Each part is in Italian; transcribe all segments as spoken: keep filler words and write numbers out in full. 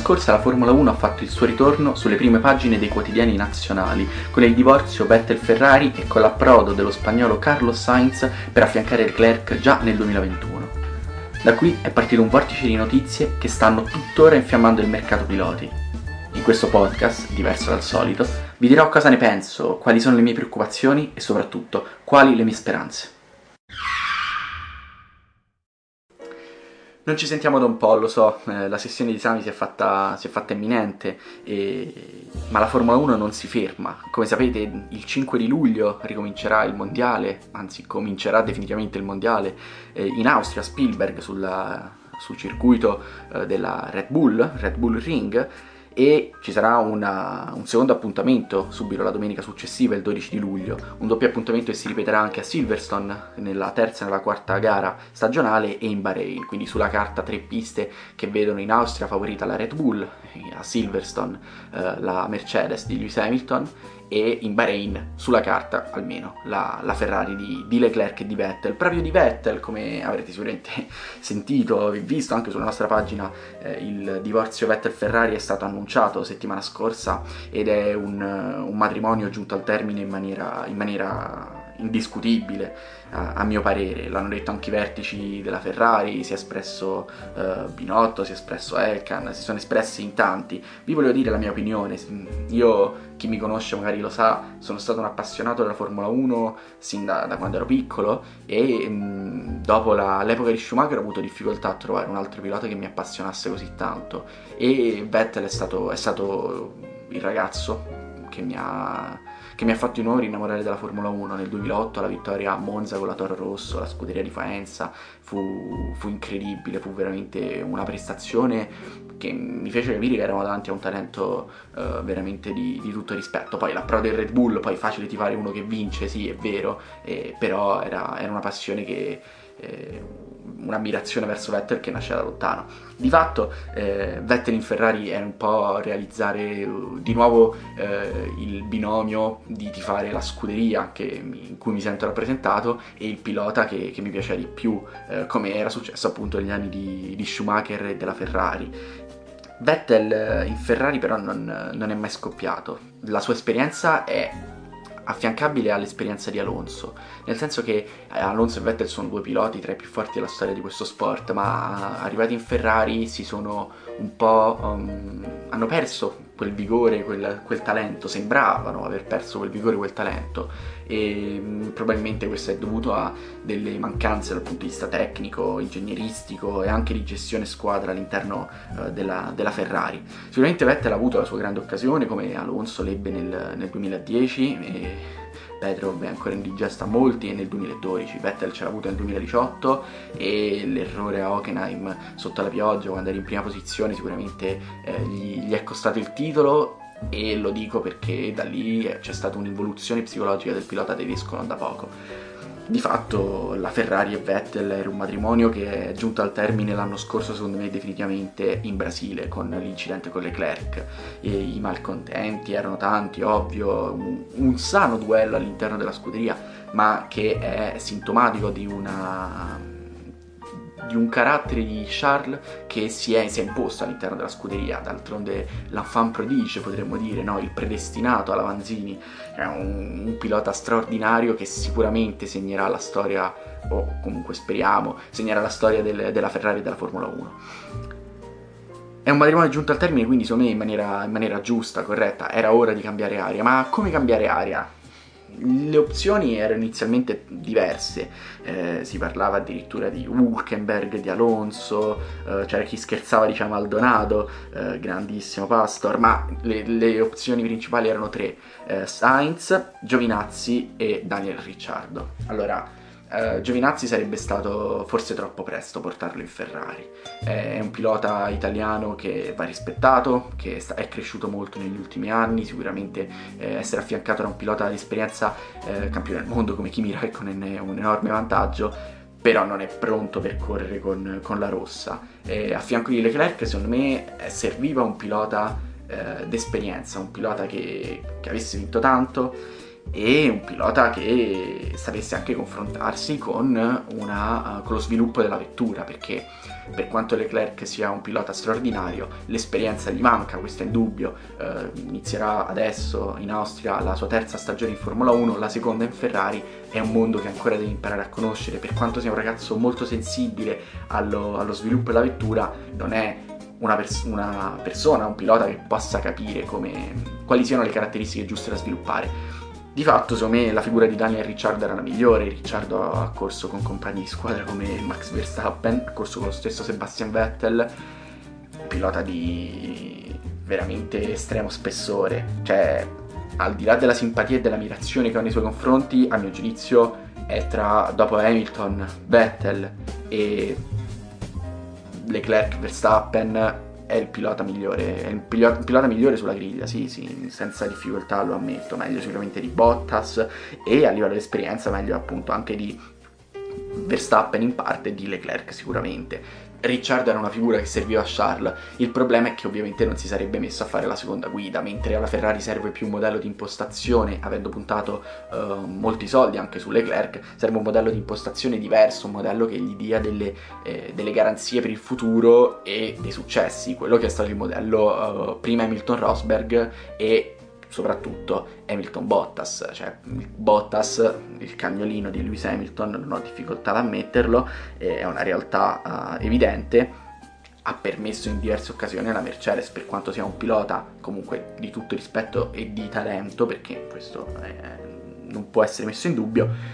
scorsa la Formula uno ha fatto il suo ritorno sulle prime pagine dei quotidiani nazionali, con il divorzio Vettel-Ferrari e con l'approdo dello spagnolo Carlos Sainz per affiancare Leclerc già nel duemilaventuno. Da qui è partito un vortice di notizie che stanno tuttora infiammando il mercato piloti. In questo podcast, diverso dal solito, vi dirò cosa ne penso, quali sono le mie preoccupazioni e soprattutto quali le mie speranze. Non ci sentiamo da un po', lo so, eh, la sessione di esami si è fatta, si è fatta imminente, e... ma la Formula uno non si ferma. Come sapete, il cinque di luglio ricomincerà il mondiale, anzi comincerà definitivamente il mondiale, eh, in Austria, a Spielberg, sulla, sul circuito eh, della Red Bull, Red Bull Ring, e ci sarà una, un secondo appuntamento subito la domenica successiva, il dodici di luglio, un doppio appuntamento che si ripeterà anche a Silverstone nella terza e nella quarta gara stagionale e in Bahrain, quindi sulla carta tre piste che vedono in Austria favorita la Red Bull, a Silverstone eh, la Mercedes di Lewis Hamilton e in Bahrain sulla carta almeno la, la Ferrari di, di Leclerc e di Vettel. Proprio di Vettel, come avrete sicuramente sentito e visto anche sulla nostra pagina, eh, il divorzio Vettel-Ferrari è stato annunciato settimana scorsa ed è un, un matrimonio giunto al termine in maniera, in maniera indiscutibile, a, a mio parere. L'hanno detto anche i vertici della Ferrari, si è espresso eh, Binotto, si è espresso Elkann, si sono espressi in tanti. Vi volevo dire la mia opinione. Io, chi mi conosce magari lo sa, sono stato un appassionato della Formula uno sin da, da quando ero piccolo e mh, dopo la, l'epoca di Schumacher ho avuto difficoltà a trovare un altro pilota che mi appassionasse così tanto, e Vettel è stato, è stato il ragazzo che mi ha che mi ha fatto in onore innamorare della Formula uno. Nel duemilaotto la vittoria a Monza con la Toro Rosso, la scuderia di Faenza, fu, fu incredibile, fu veramente una prestazione che mi fece capire che eravamo davanti a un talento uh, veramente di, di tutto rispetto. Poi l'approdo del Red Bull, poi facile tifare uno che vince, sì è vero, eh, però era, era una passione che... Eh, un'ammirazione verso Vettel che nasce da lontano. Di fatto eh, Vettel in Ferrari è un po' realizzare uh, di nuovo eh, il binomio di tifare la scuderia che mi, in cui mi sento rappresentato e il pilota che, che mi piaceva di più, eh, come era successo appunto negli anni di, di Schumacher e della Ferrari. Vettel in Ferrari però non, non è mai scoppiato. La sua esperienza è affiancabile all'esperienza di Alonso, nel senso che Alonso e Vettel sono due piloti tra i più forti della storia di questo sport, ma arrivati in Ferrari si sono un po' um, hanno perso quel vigore, quel, quel talento, sembravano aver perso quel vigore, quel talento, e mh, probabilmente questo è dovuto a delle mancanze dal punto di vista tecnico, ingegneristico e anche di gestione squadra all'interno uh, della, della Ferrari. Sicuramente Vettel ha avuto la sua grande occasione, come Alonso l'ebbe nel, nel duemiladieci, e Petrov è ancora indigesta a molti, e nel duemiladodici Vettel ce l'ha avuto nel duemiladiciotto, e l'errore a Hockenheim sotto la pioggia quando era in prima posizione sicuramente eh, gli, gli è costato il titolo, e lo dico perché da lì c'è stata un'involuzione psicologica del pilota tedesco non da poco. Di fatto la Ferrari e Vettel era un matrimonio che è giunto al termine l'anno scorso, secondo me definitivamente, in Brasile, con l'incidente con Leclerc. E i malcontenti erano tanti, ovvio, un, un sano duello all'interno della scuderia, ma che è sintomatico di una... di un carattere di Charles che si è, si è imposto all'interno della scuderia. D'altronde l'enfant prodige, potremmo dire, no? Il predestinato alla Vanzini, è un, un pilota straordinario che sicuramente segnerà la storia, o comunque speriamo, segnerà la storia del, della Ferrari e della Formula uno. È un matrimonio giunto al termine, quindi secondo me in maniera, in maniera giusta, corretta, era ora di cambiare aria. Ma come cambiare aria? Le opzioni erano inizialmente diverse, eh, si parlava addirittura di Hülkenberg, di Alonso, eh, c'era chi scherzava di Maldonado, eh, grandissimo Pastor, ma le, le opzioni principali erano tre, eh, Sainz, Giovinazzi e Daniel Ricciardo. Allora, Uh, Giovinazzi sarebbe stato forse troppo presto portarlo in Ferrari. È un pilota italiano che va rispettato, che è cresciuto molto negli ultimi anni, sicuramente eh, essere affiancato da un pilota di esperienza eh, campione del mondo come Kimi Räikkönen è un enorme vantaggio, però non è pronto per correre con, con la rossa. E a fianco di Leclerc, secondo me, serviva un pilota eh, d'esperienza, un pilota che, che avesse vinto tanto, e un pilota che sapesse anche confrontarsi con, una, con lo sviluppo della vettura, perché per quanto Leclerc sia un pilota straordinario, l'esperienza gli manca, questo è indubbio. Eh, inizierà adesso in Austria la sua terza stagione in Formula uno, la seconda in Ferrari, è un mondo che ancora deve imparare a conoscere. Per quanto sia un ragazzo molto sensibile allo, allo sviluppo della vettura, non è una, pers- una persona, un pilota che possa capire come, quali siano le caratteristiche giuste da sviluppare. Di fatto, secondo me, la figura di Daniel Ricciardo era la migliore. Ricciardo ha corso con compagni di squadra come Max Verstappen, ha corso con lo stesso Sebastian Vettel, pilota di veramente estremo spessore. Cioè, al di là della simpatia e dell'ammirazione che ho nei suoi confronti, a mio giudizio è tra, dopo Hamilton, Vettel e Leclerc, Verstappen, è il pilota migliore, è il pilota, il pilota migliore sulla griglia, sì, sì, senza difficoltà, lo ammetto. Meglio sicuramente di Bottas, e a livello di esperienza meglio appunto anche di Verstappen in parte e di Leclerc sicuramente. Ricciardo era una figura che serviva a Charles, il problema è che ovviamente non si sarebbe messo a fare la seconda guida, mentre alla Ferrari serve più un modello di impostazione, avendo puntato uh, molti soldi anche su Leclerc, serve un modello di impostazione diverso, un modello che gli dia delle, eh, delle garanzie per il futuro e dei successi, quello che è stato il modello uh, prima Hamilton-Rosberg e soprattutto Hamilton-Bottas. Cioè Bottas, il cagnolino di Lewis Hamilton, non ho difficoltà ad ammetterlo, è una realtà uh, evidente, ha permesso in diverse occasioni alla Mercedes, per quanto sia un pilota comunque di tutto rispetto e di talento, perché questo è, non può essere messo in dubbio.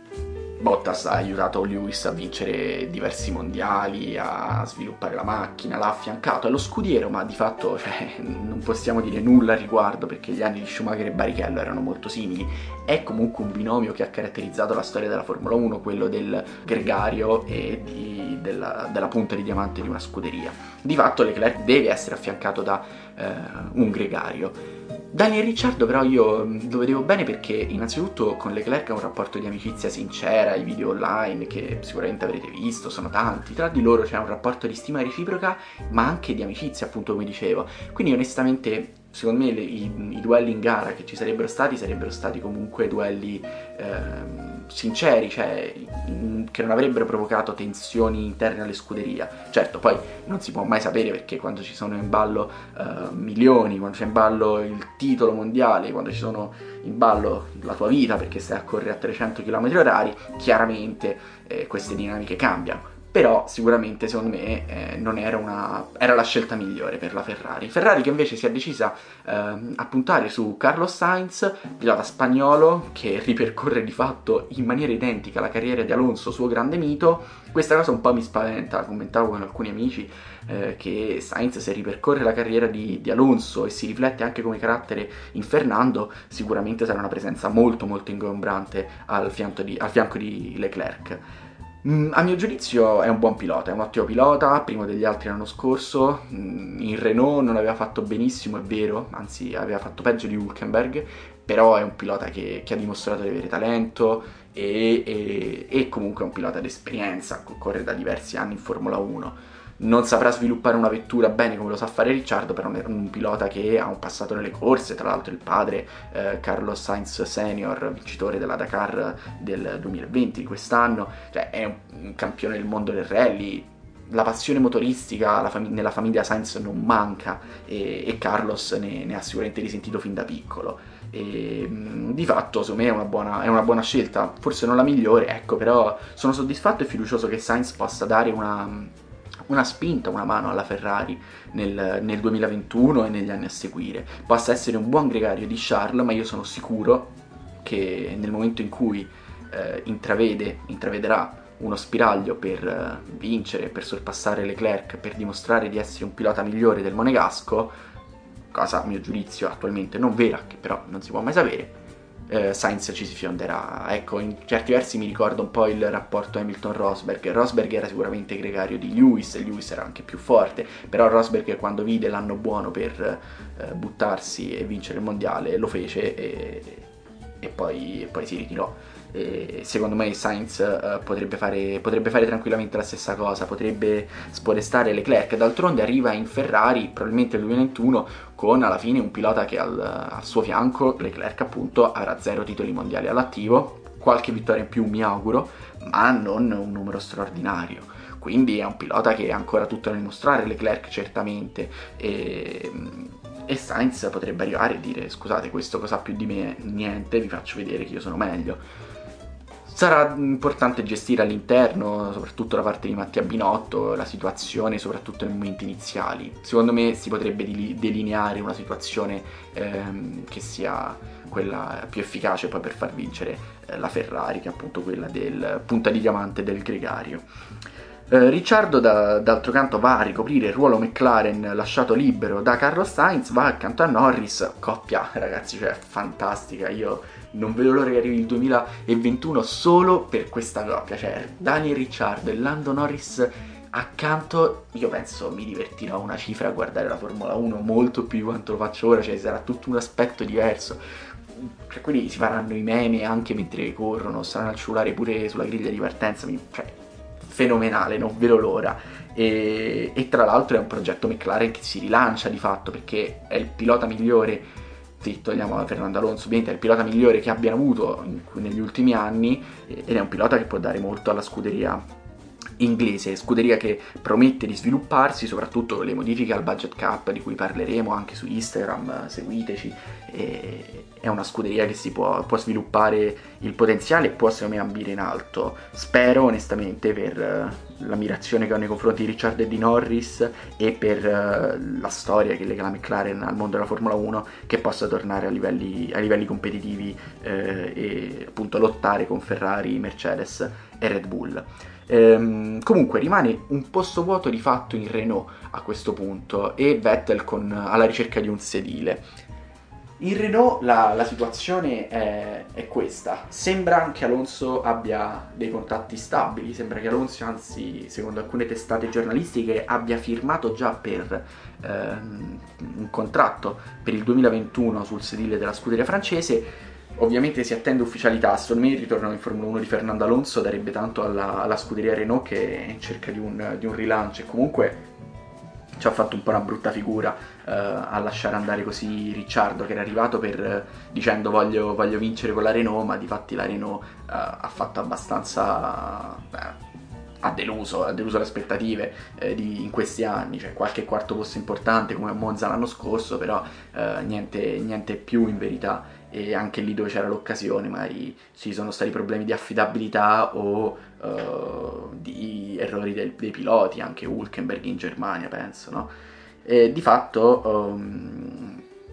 Bottas ha aiutato Lewis a vincere diversi mondiali, a sviluppare la macchina, l'ha affiancato, è lo scudiero, ma di fatto cioè, non possiamo dire nulla al riguardo, perché gli anni di Schumacher e Barrichello erano molto simili. È comunque un binomio che ha caratterizzato la storia della Formula uno, quello del gregario e di, della, della punta di diamante di una scuderia. Di fatto Leclerc deve essere affiancato da eh, un gregario. Daniel Ricciardo però io lo vedevo bene perché innanzitutto con Leclerc ha un rapporto di amicizia sincera, i video online che sicuramente avrete visto sono tanti, tra di loro c'è un rapporto di stima reciproca ma anche di amicizia, appunto, come dicevo. Quindi onestamente secondo me le, i, i duelli in gara che ci sarebbero stati sarebbero stati comunque duelli eh, sinceri, cioè in, che non avrebbero provocato tensioni interne alle scuderie. Certo, poi non si può mai sapere, perché quando ci sono in ballo uh, milioni, quando c'è in ballo il titolo mondiale, quando ci sono in ballo la tua vita perché stai a correre a trecento chilometri orari, chiaramente eh, queste dinamiche cambiano. Però sicuramente secondo me eh, non era una era la scelta migliore per la Ferrari. Ferrari che invece si è decisa eh, a puntare su Carlos Sainz, pilota spagnolo che ripercorre di fatto in maniera identica la carriera di Alonso, suo grande mito. Questa cosa un po' mi spaventa, commentavo con alcuni amici eh, che Sainz, se ripercorre la carriera di, di Alonso e si riflette anche come carattere in Fernando, sicuramente sarà una presenza molto molto ingombrante al fianco di, al fianco di Leclerc. Mm, a mio giudizio è un buon pilota, è un ottimo pilota, primo degli altri l'anno scorso. Mm, in Renault non aveva fatto benissimo, è vero, anzi aveva fatto peggio di Hülkenberg, però è un pilota che, che ha dimostrato di avere talento e, e, e comunque è un pilota d'esperienza, corre da diversi anni in Formula uno. Non saprà sviluppare una vettura bene come lo sa fare Ricciardo, però è un pilota che ha un passato nelle corse, tra l'altro il padre eh, Carlos Sainz Senior, vincitore della Dakar del duemilaventi, di quest'anno, cioè è un, un campione del mondo del rally. La passione motoristica la fam- nella famiglia Sainz non manca, e, e Carlos ne, ne ha sicuramente risentito fin da piccolo. E, mh, di fatto secondo me è una, buona, è una buona scelta, forse non la migliore, ecco, però sono soddisfatto e fiducioso che Sainz possa dare una una spinta, una mano alla Ferrari nel, nel duemilaventuno e negli anni a seguire. Possa essere un buon gregario di Charles, ma io sono sicuro che nel momento in cui eh, intravede, intravederà uno spiraglio per eh, vincere, per sorpassare Leclerc, per dimostrare di essere un pilota migliore del Monegasco, cosa a mio giudizio attualmente non vera, che però non si può mai sapere, Eh, Sainz ci si fionderà. Ecco, in certi versi mi ricorda un po' il rapporto Hamilton-Rosberg. Rosberg era sicuramente gregario di Lewis, e Lewis era anche più forte, però Rosberg, quando vide l'anno buono per eh, buttarsi e vincere il mondiale, lo fece e, e poi, e poi si ritirò. E secondo me Sainz uh, potrebbe, fare, potrebbe fare tranquillamente la stessa cosa, potrebbe spodestare Leclerc. D'altronde arriva in Ferrari probabilmente nel duemilaventuno con alla fine un pilota che al, al suo fianco, Leclerc appunto, avrà zero titoli mondiali all'attivo, qualche vittoria in più mi auguro, ma non un numero straordinario. Quindi è un pilota che ha ancora tutto da dimostrare, Leclerc certamente, e, e Sainz potrebbe arrivare e dire: scusate, questo cosa ha più di me? Niente, vi faccio vedere che io sono meglio. Sarà importante gestire all'interno, soprattutto da parte di Mattia Binotto, la situazione, soprattutto nei momenti iniziali. Secondo me si potrebbe delineare una situazione ehm, che sia quella più efficace poi per far vincere eh, la Ferrari, che è appunto quella del punta di diamante del gregario. Eh, Ricciardo da, d'altro canto va a ricoprire il ruolo McLaren lasciato libero da Carlos Sainz, va accanto a Norris, coppia ragazzi, cioè fantastica, io non vedo l'ora che arrivi il duemilaventuno solo per questa coppia, cioè Daniel Ricciardo e Lando Norris accanto. Io penso mi divertirò una cifra a guardare la Formula uno molto più di quanto lo faccio ora, cioè sarà tutto un aspetto diverso, cioè quelli si faranno i meme anche mentre corrono, saranno al cellulare pure sulla griglia di partenza, mi, cioè fenomenale, non vedo l'ora. E, e tra l'altro è un progetto McLaren che si rilancia di fatto, perché è il pilota migliore, sì, togliamo Fernando Alonso, ovviamente è il pilota migliore che abbiano avuto in, negli ultimi anni, ed è un pilota che può dare molto alla scuderia inglese, scuderia che promette di svilupparsi, soprattutto con le modifiche al budget cap di cui parleremo anche su Instagram, seguiteci. E è una scuderia che si può, può sviluppare il potenziale e può secondo me ambire in alto. Spero onestamente, per l'ammirazione che ho nei confronti di Ricciardo e di Norris e per la storia che lega la McLaren al mondo della Formula uno, che possa tornare a livelli, a livelli competitivi eh, e appunto lottare con Ferrari, Mercedes e Red Bull. Ehm, comunque rimane un posto vuoto di fatto in Renault a questo punto, e Vettel con, alla ricerca di un sedile. In Renault la, la situazione è, è questa: sembra che Alonso abbia dei contatti stabili, sembra che Alonso, anzi secondo alcune testate giornalistiche, abbia firmato già per ehm, un contratto per il duemilaventuno sul sedile della scuderia francese. Ovviamente si attende ufficialità. Secondo me il ritorno in Formula uno di Fernando Alonso darebbe tanto alla, alla scuderia Renault, che è in cerca di un, di un rilancio, e comunque ci ha fatto un po' una brutta figura uh, a lasciare andare così Ricciardo, che era arrivato per uh, dicendo voglio, voglio vincere con la Renault, ma di fatti la Renault uh, ha fatto abbastanza... Beh, ha deluso, ha deluso le aspettative eh, di, in questi anni, cioè qualche quarto posto importante come a Monza l'anno scorso, però eh, niente, niente più in verità, e anche lì dove c'era l'occasione magari ci sono stati problemi di affidabilità o uh, di errori del, dei piloti, anche Hülkenberg in Germania penso, no? E di fatto um,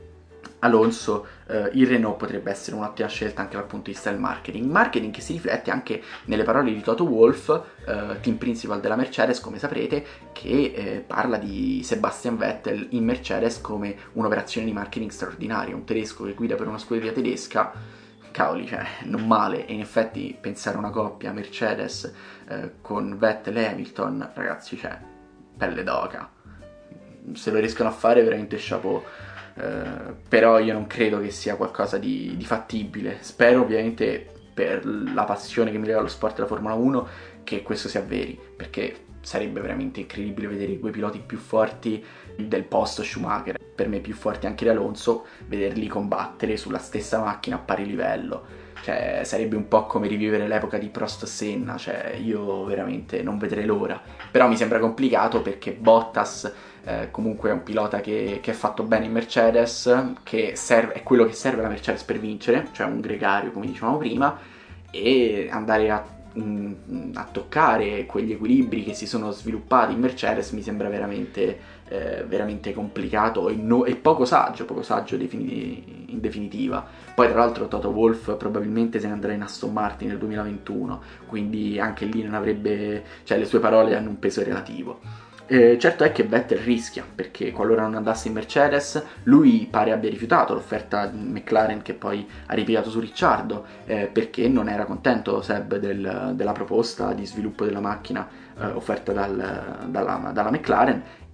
Alonso, eh, il Renault potrebbe essere un'ottima scelta anche dal punto di vista del marketing, marketing che si riflette anche nelle parole di Toto Wolff, eh, team principal della Mercedes, come saprete, che eh, parla di Sebastian Vettel in Mercedes come un'operazione di marketing straordinaria, un tedesco che guida per una scuderia tedesca, cavoli, cioè non male. E in effetti pensare a una coppia Mercedes eh, con Vettel e Hamilton, ragazzi, cioè pelle d'oca, se lo riescono a fare veramente chapeau. Uh, però io non credo che sia qualcosa di, di fattibile. Spero ovviamente, per la passione che mi lega allo sport della Formula uno, che questo si avveri, perché sarebbe veramente incredibile vedere i due piloti più forti del post Schumacher, per me più forti anche di Alonso, vederli combattere sulla stessa macchina a pari livello. Cioè sarebbe un po' come rivivere l'epoca di Prost-Senna, cioè io veramente non vedrei l'ora. Però mi sembra complicato, perché Bottas eh, comunque è un pilota che, che è fatto bene in Mercedes, che serve, è quello che serve alla Mercedes per vincere, cioè un gregario come dicevamo prima, e andare a, mh, a toccare quegli equilibri che si sono sviluppati in Mercedes mi sembra veramente... Eh, veramente complicato e, no, e poco saggio, poco saggio defini- in definitiva. Poi tra l'altro Toto Wolff probabilmente se ne andrà in Aston Martin nel duemilaventuno, quindi anche lì non avrebbe, cioè le sue parole hanno un peso relativo. Eh, certo è che Vettel rischia, perché qualora non andasse in Mercedes, lui pare abbia rifiutato l'offerta di McLaren, che poi ha ripiato su Ricciardo, eh, perché non era contento Seb del, della proposta di sviluppo della macchina eh, offerta dal, dalla, dalla McLaren,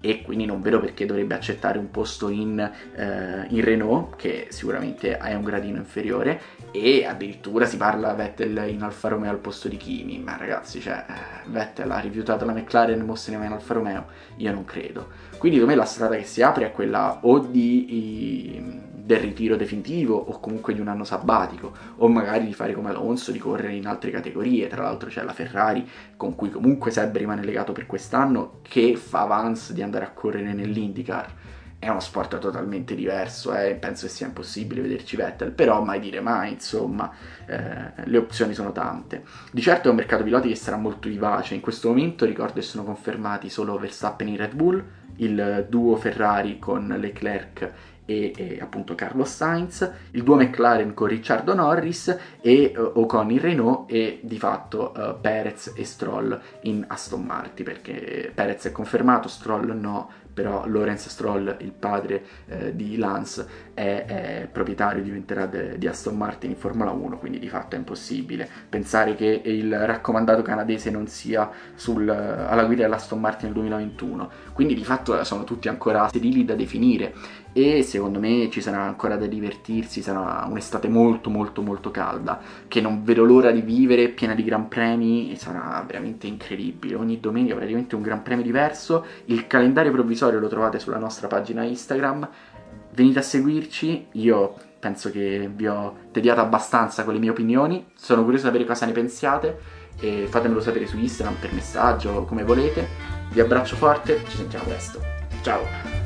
e quindi non vedo perché dovrebbe accettare un posto in, eh, in Renault, che sicuramente è un gradino inferiore, e addirittura si parla Vettel in Alfa Romeo al posto di Kimi. Ma ragazzi, cioè, Vettel ha rifiutato la McLaren, mo se ne va in Alfa Romeo? Io non credo. Quindi per me la strada che si apre è quella o di, i, del ritiro definitivo, o comunque di un anno sabbatico, o magari di fare come Alonso, di correre in altre categorie. Tra l'altro c'è la Ferrari, con cui comunque Seb rimane legato per quest'anno, che fa avance di andare a correre nell'IndyCar. È uno sport totalmente diverso, eh? Penso che sia impossibile vederci Vettel, però mai dire mai, insomma, eh, le opzioni sono tante. Di certo è un mercato piloti che sarà molto vivace. In questo momento ricordo che sono confermati solo Verstappen in Red Bull, il duo Ferrari con Leclerc e, e appunto Carlos Sainz, il duo McLaren con Ricciardo Norris e uh, Ocon in Renault, e di fatto uh, Perez e Stroll in Aston Martin, perché Perez è confermato, Stroll no, però Lawrence Stroll, il padre eh, di Lance, è, è proprietario, diventerà de, di Aston Martin in Formula uno, quindi di fatto è impossibile pensare che il raccomandato canadese non sia sul, alla guida dell'Aston Martin nel duemilaventuno, quindi di fatto sono tutti ancora sedili da definire, e secondo me ci sarà ancora da divertirsi. Sarà un'estate molto molto molto calda, che non vedo l'ora di vivere, piena di gran premi, e sarà veramente incredibile. Ogni domenica praticamente un gran premio diverso. Il calendario provvisorio lo trovate sulla nostra pagina Instagram, venite a seguirci. Io penso che vi ho tediato abbastanza con le mie opinioni, sono curioso di sapere cosa ne pensiate, e fatemelo sapere su Instagram per messaggio, come volete. Vi abbraccio forte, ci sentiamo presto, ciao!